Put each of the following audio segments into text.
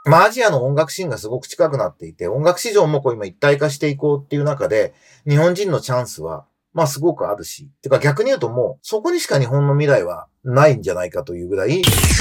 アジアの音楽シーンがすごく近くなっていて、音楽市場も今一体化していこうっていう中で、日本人のチャンスは、すごくあるし。てか逆に言うともう、そこにしか日本の未来はないんじゃないかというぐらい、エン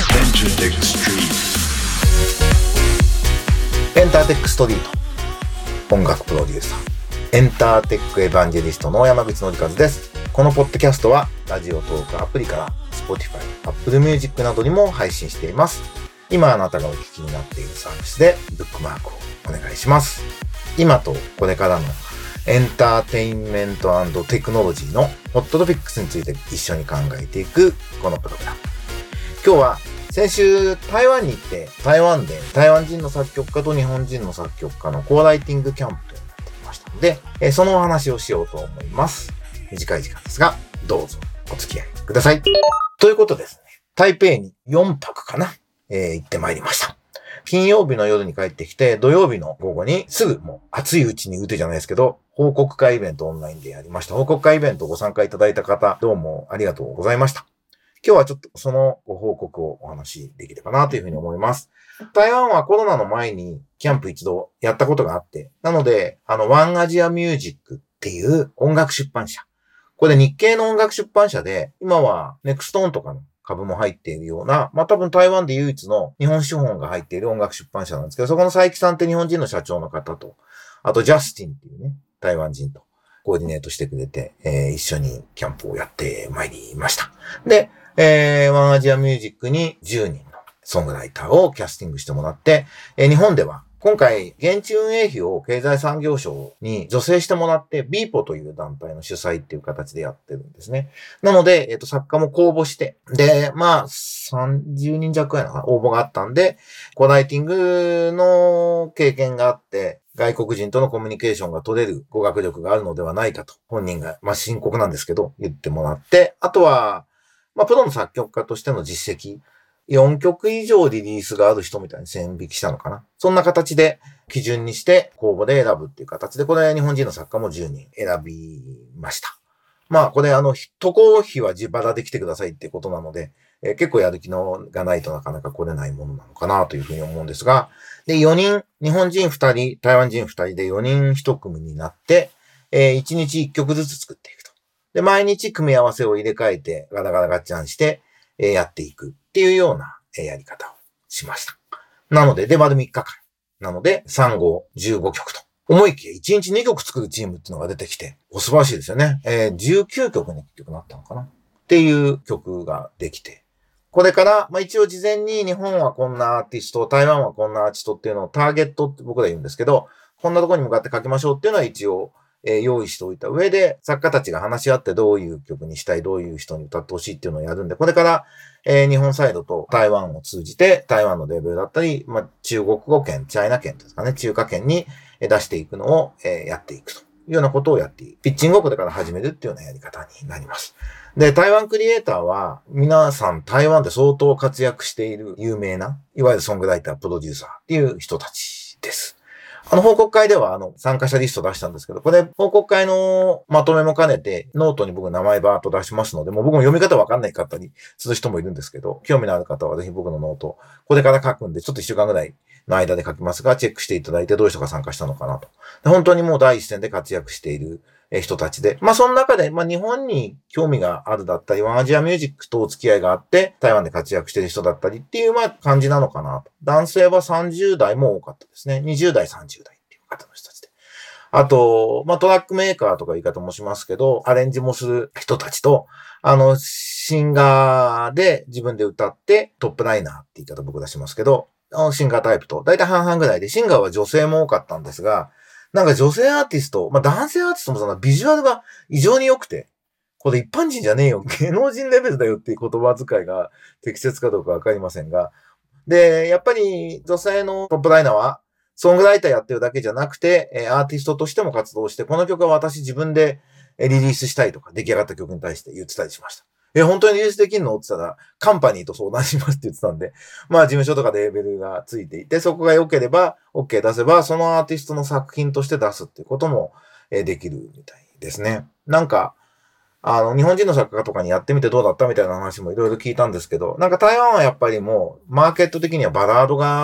ターテックストリート。音楽プロデューサー。エンターテックエヴァンジェリストの山口のりかずです。このポッドキャストは、ラジオトークアプリから、Spotify、Apple Music などにも配信しています。今あなたがお聞きになっているサービスでブックマークをお願いします。今とこれからのエンターテインメント&テクノロジーのホットトピックスについて一緒に考えていくこのプログラム。今日は先週台湾に行って台湾で台湾人の作曲家と日本人の作曲家のコーライティングキャンプというのをやってきましたので、そのお話をしようと思います。短い時間ですがどうぞお付き合いください。ということですね。台北に4泊かな。行ってまいりました。金曜日の夜に帰ってきて、土曜日の午後にすぐもう熱いうちに打てじゃないですけど、報告会イベントオンラインでやりました。報告会イベントご参加いただいた方、どうもありがとうございました。今日はちょっとそのご報告をお話しできればなというふうに思います。台湾はコロナの前にキャンプ一度やったことがあって、なので、ワンアジアミュージックっていう音楽出版社。これ日系の音楽出版社で、今はネクストーンとかの株も入っているような、多分台湾で唯一の日本資本が入っている音楽出版社なんですけど、そこの佐伯さんって日本人の社長の方と、あとジャスティンっていうね、台湾人とコーディネートしてくれて、一緒にキャンプをやってまいりました。で、ワンアジアミュージックに10人のソングライターをキャスティングしてもらって、日本では今回、現地運営費を経済産業省に助成してもらって、ビーポという団体の主催っていう形でやってるんですね。なので、作家も公募して、で、30人弱やな、応募があったんで、コーライティングの経験があって、外国人とのコミュニケーションが取れる語学力があるのではないかと、本人が、深刻なんですけど、言ってもらって、あとは、プロの作曲家としての実績、4曲以上リリースがある人みたいに線引きしたのかな。そんな形で基準にして公募で選ぶっていう形で、これ日本人の作家も10人選びました。これ渡航費は自腹で来てくださいっていうことなので、結構やる気のがないとなかなか来れないものなのかなというふうに思うんですが、で、4人、日本人2人、台湾人2人で4人1組になって、1日1曲ずつ作っていくと。で、毎日組み合わせを入れ替えてガラガラガッチャンして、やっていくっていうようなやり方をしました。なので、で、丸3日間。なので、3号15曲と。思いきや1日2曲作るチームっていうのが出てきて、素晴らしいですよね。19曲に結局なったのかなっていう曲ができて。これから、一応事前に日本はこんなアーティスト、台湾はこんなアーティストっていうのをターゲットって僕ら言うんですけど、こんなところに向かって書きましょうっていうのは一応、用意しておいた上で、作家たちが話し合ってどういう曲にしたい、どういう人に歌ってほしいっていうのをやるんで、これから、日本サイドと台湾を通じて、台湾のレベルだったり、中国語圏、チャイナ圏ですかね、中華圏に出していくのを、やっていくというようなことをやっていく。ピッチングをこれから始めるっていうようなやり方になります。で、台湾クリエイターは、皆さん台湾で相当活躍している有名な、いわゆるソングライター、プロデューサーっていう人たちです。報告会では参加者リスト出したんですけど、これ報告会のまとめも兼ねてノートに僕名前バーっと出しますので、もう僕も読み方わかんない方にする人もいるんですけど、興味のある方はぜひ僕のノート、これから書くんで、ちょっと1週間ぐらいの間で書きますが、チェックしていただいてどういう人が参加したのかなと。本当にもう第一線で活躍している人たちで、その中で、日本に興味があるだったり、ワンアジアミュージックとお付き合いがあって、台湾で活躍している人だったりっていう、感じなのかなと。男性は30代も多かったですね。20代、30代っていう方の人たちで。あと、トラックメーカーとか言い方もしますけど、アレンジもする人たちと、シンガーで自分で歌って、トップライナーって言い方僕出しますけど、シンガータイプと、だいたい半々ぐらいで、シンガーは女性も多かったんですが、なんか女性アーティスト、男性アーティストもそのビジュアルが異常に良くて、これ一般人じゃねえよ、芸能人レベルだよっていう言葉遣いが適切かどうかわかりませんが、で、やっぱり女性のトップライナーは、ソングライターやってるだけじゃなくて、アーティストとしても活動して、この曲は私自分でリリースしたいとか、出来上がった曲に対して言ってたりしました。本当にリリースできるのって言ったら、カンパニーと相談しますって言ってたんで、事務所とかでレーベルがついていて、そこが良ければ、OK 出せば、そのアーティストの作品として出すっていうこともできるみたいですね。なんか、日本人の作家とかにやってみてどうだったみたいな話もいろいろ聞いたんですけど、なんか台湾はやっぱりもう、マーケット的にはバラードが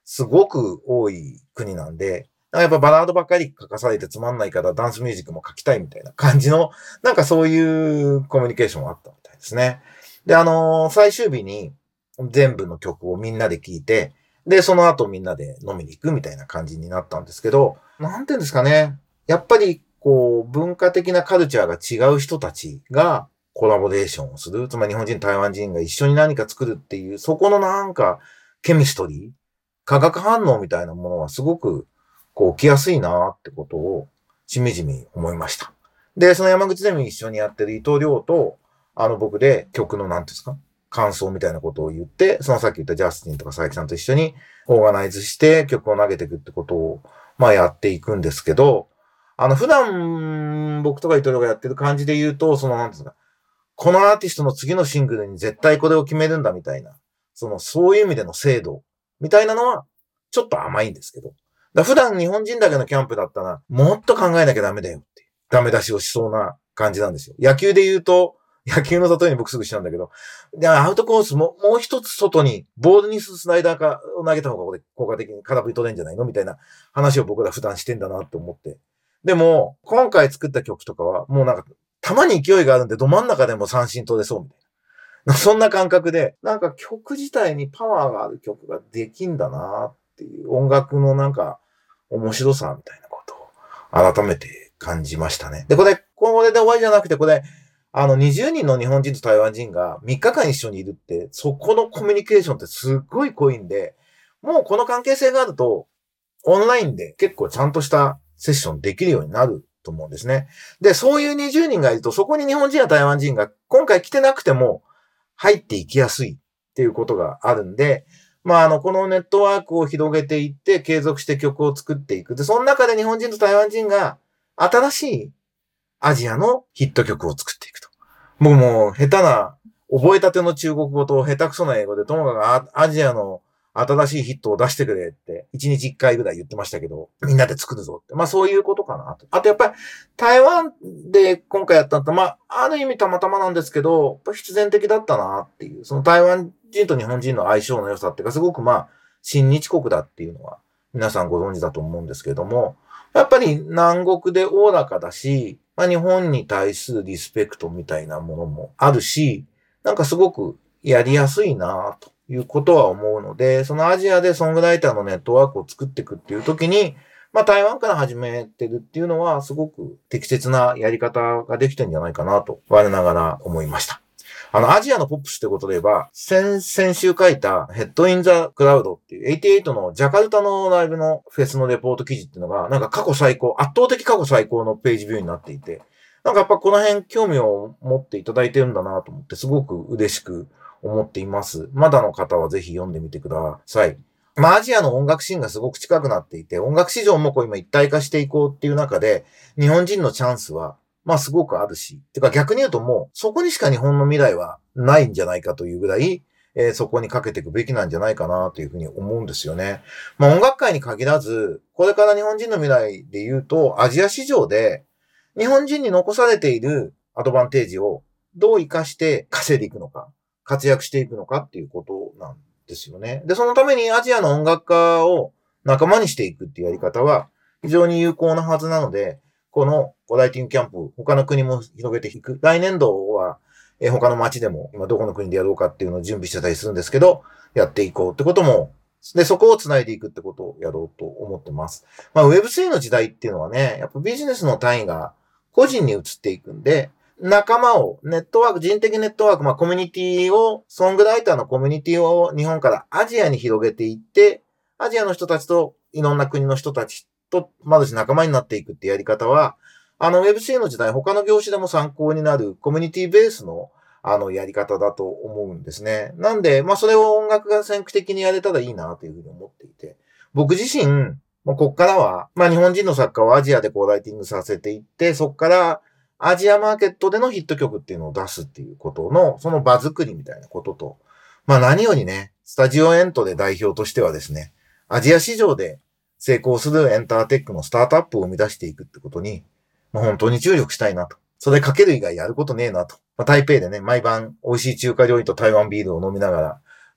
すごく多い国なんで、やっぱバラードばっかり書かされてつまんないからダンスミュージックも書きたいみたいな感じの、なんかそういうコミュニケーションがあったみたいですね。で、最終日に全部の曲をみんなで聴いて、で、その後みんなで飲みに行くみたいな感じになったんですけど、なんていうんですかね。やっぱり、こう、文化的なカルチャーが違う人たちがコラボレーションをする。つまり日本人、台湾人が一緒に何か作るっていう、そこのなんか、ケミストリー、化学反応みたいなものはすごく、こう、起きやすいなってことを、しみじみ思いました。で、その山口ゼミ一緒にやってる伊藤亮と、僕で曲のなんていうんですか、感想みたいなことを言って、そのさっき言ったジャスティンとか佐伯さんと一緒にオーガナイズして曲を投げていくってことを、まあやっていくんですけど、普段僕とか伊藤亮がやってる感じで言うと、なんですか、このアーティストの次のシングルに絶対これを決めるんだみたいな、そういう意味での精度みたいなのは、ちょっと甘いんですけど。普段日本人だけのキャンプだったら、もっと考えなきゃダメだよっていう、ダメ出しをしそうな感じなんですよ。野球で言うと、野球の例えに僕すぐしちゃうんだけど、で、アウトコースもう一つ外に、ボールにスライダーかを投げた方が効果的に空振り取れんじゃないのみたいな話を僕ら普段してんだなって思って。でも、今回作った曲とかは、もうなんか、球に勢いがあるんで、ど真ん中でも三振取れそうみたいな。そんな感覚で、なんか曲自体にパワーがある曲ができんだなっていう音楽のなんか面白さみたいなことを改めて感じましたね。で、これで終わりじゃなくて、20人の日本人と台湾人が3日間一緒にいるって、そこのコミュニケーションってすっごい濃いんで、もうこの関係性があると、オンラインで結構ちゃんとしたセッションできるようになると思うんですね。で、そういう20人がいると、そこに日本人や台湾人が今回来てなくても入っていきやすいっていうことがあるんで、このネットワークを広げていって、継続して曲を作っていく。で、その中で日本人と台湾人が新しいアジアのヒット曲を作っていくと。僕も下手な、覚えたての中国語と下手くそな英語で、ともかくアジアの新しいヒットを出してくれって、1日1回ぐらい言ってましたけど、みんなで作るぞって。そういうことかなと。あとやっぱり、台湾で今回やったのって、ある意味たまたまなんですけど、必然的だったなっていう、その台湾人と日本人の相性の良さっていうか、すごく親日国だっていうのは、皆さんご存知だと思うんですけれども、やっぱり南国でおおらかだし、日本に対するリスペクトみたいなものもあるし、なんかすごくやりやすいなということは思うので、そのアジアでソングライターのネットワークを作っていくっていう時に、台湾から始めてるっていうのはすごく適切なやり方ができてるんじゃないかなと我ながら思いました。アジアのポップスってことで言えば、先週書いたヘッドインザクラウドっていう88のジャカルタのライブのフェスのレポート記事っていうのが、なんか過去最高、圧倒的過去最高のページビューになっていて、なんかやっぱこの辺興味を持っていただいてるんだなと思って、すごく嬉しく思っています。まだの方はぜひ読んでみてください。アジアの音楽シーンがすごく近くなっていて、音楽市場も今一体化していこうっていう中で、日本人のチャンスは、すごくあるし。てか逆に言うともう、そこにしか日本の未来はないんじゃないかというぐらい、そこにかけていくべきなんじゃないかなというふうに思うんですよね。音楽界に限らず、これから日本人の未来で言うと、アジア市場で、日本人に残されているアドバンテージをどう活かして稼いでいくのか、活躍していくのかっていうことなんですよね。で、そのためにアジアの音楽家を仲間にしていくっていうやり方は非常に有効なはずなので、このライティングキャンプ、他の国も広げていく。来年度は、他の街でも、今どこの国でやろうかっていうのを準備してたりするんですけど、やっていこうってことも、で、そこを繋いでいくってことをやろうと思ってます。Web3 の時代っていうのはね、やっぱビジネスの単位が個人に移っていくんで、仲間を、ネットワーク、人的ネットワーク、コミュニティを、ソングライターのコミュニティを日本からアジアに広げていって、アジアの人たちといろんな国の人たちと、まず仲間になっていくってやり方は、Web3 の時代、他の業種でも参考になるコミュニティベースの、やり方だと思うんですね。なんで、それを音楽が先駆的にやれたらいいなというふうに思っていて、僕自身、こっからは、日本人の作家をアジアでライティングさせていって、そっからアジアマーケットでのヒット曲っていうのを出すっていうことの、その場作りみたいなことと、何よりね、スタジオエントで代表としてはですね、アジア市場で成功するエンターテックのスタートアップを生み出していくってことに、本当に注力したいなと。それかける以外やることねえなと。台北でね、毎晩美味しい中華料理と台湾ビールを飲みながら、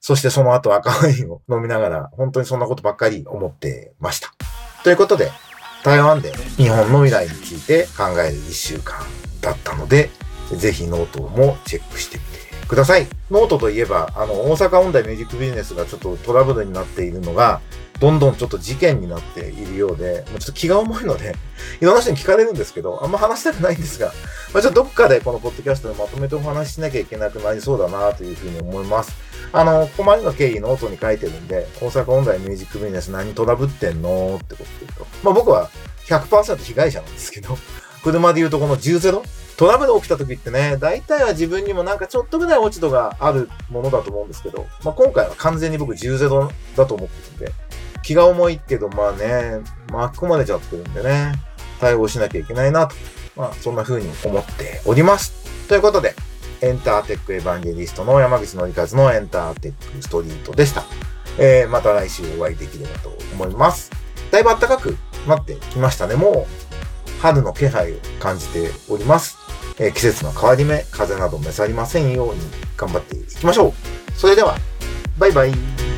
そしてその後赤ワインを飲みながら、本当にそんなことばっかり思ってました。ということで、台湾で日本の未来について考える1週間だったので、ぜひノートもチェックしてみてください。ノートといえば、大阪音大ミュージックビジネスがちょっとトラブルになっているのが、どんどんちょっと事件になっているようで、ちょっと気が重いので、いろんな人に聞かれるんですけど、あんま話したくないんですが、ちょっとどっかでこのポッドキャストでまとめてお話ししなきゃいけなくなりそうだなというふうに思います。ここまでの経緯ノートに書いてるんで、大阪音大ミュージックビジネス何トラブってんのってことで言うと、僕は 100% 被害者なんですけど、車で言うとこの10-0トラブル起きた時ってね、大体は自分にもなんかちょっとぐらい落ち度があるものだと思うんですけど、今回は完全に僕10-0だと思ってるんで、気が重いけど巻き込まれちゃってるんでね、対応しなきゃいけないなと、そんな風に思っております。ということで、エンターテックエヴァンゲリストの山口のりかずのエンターテックストリートでした。また来週お会いできればと思います。だいぶ暖かくなってきましたね。もう春の気配を感じております。季節の変わり目、風邪など召さりませんように頑張っていきましょう。それでは、バイバイ。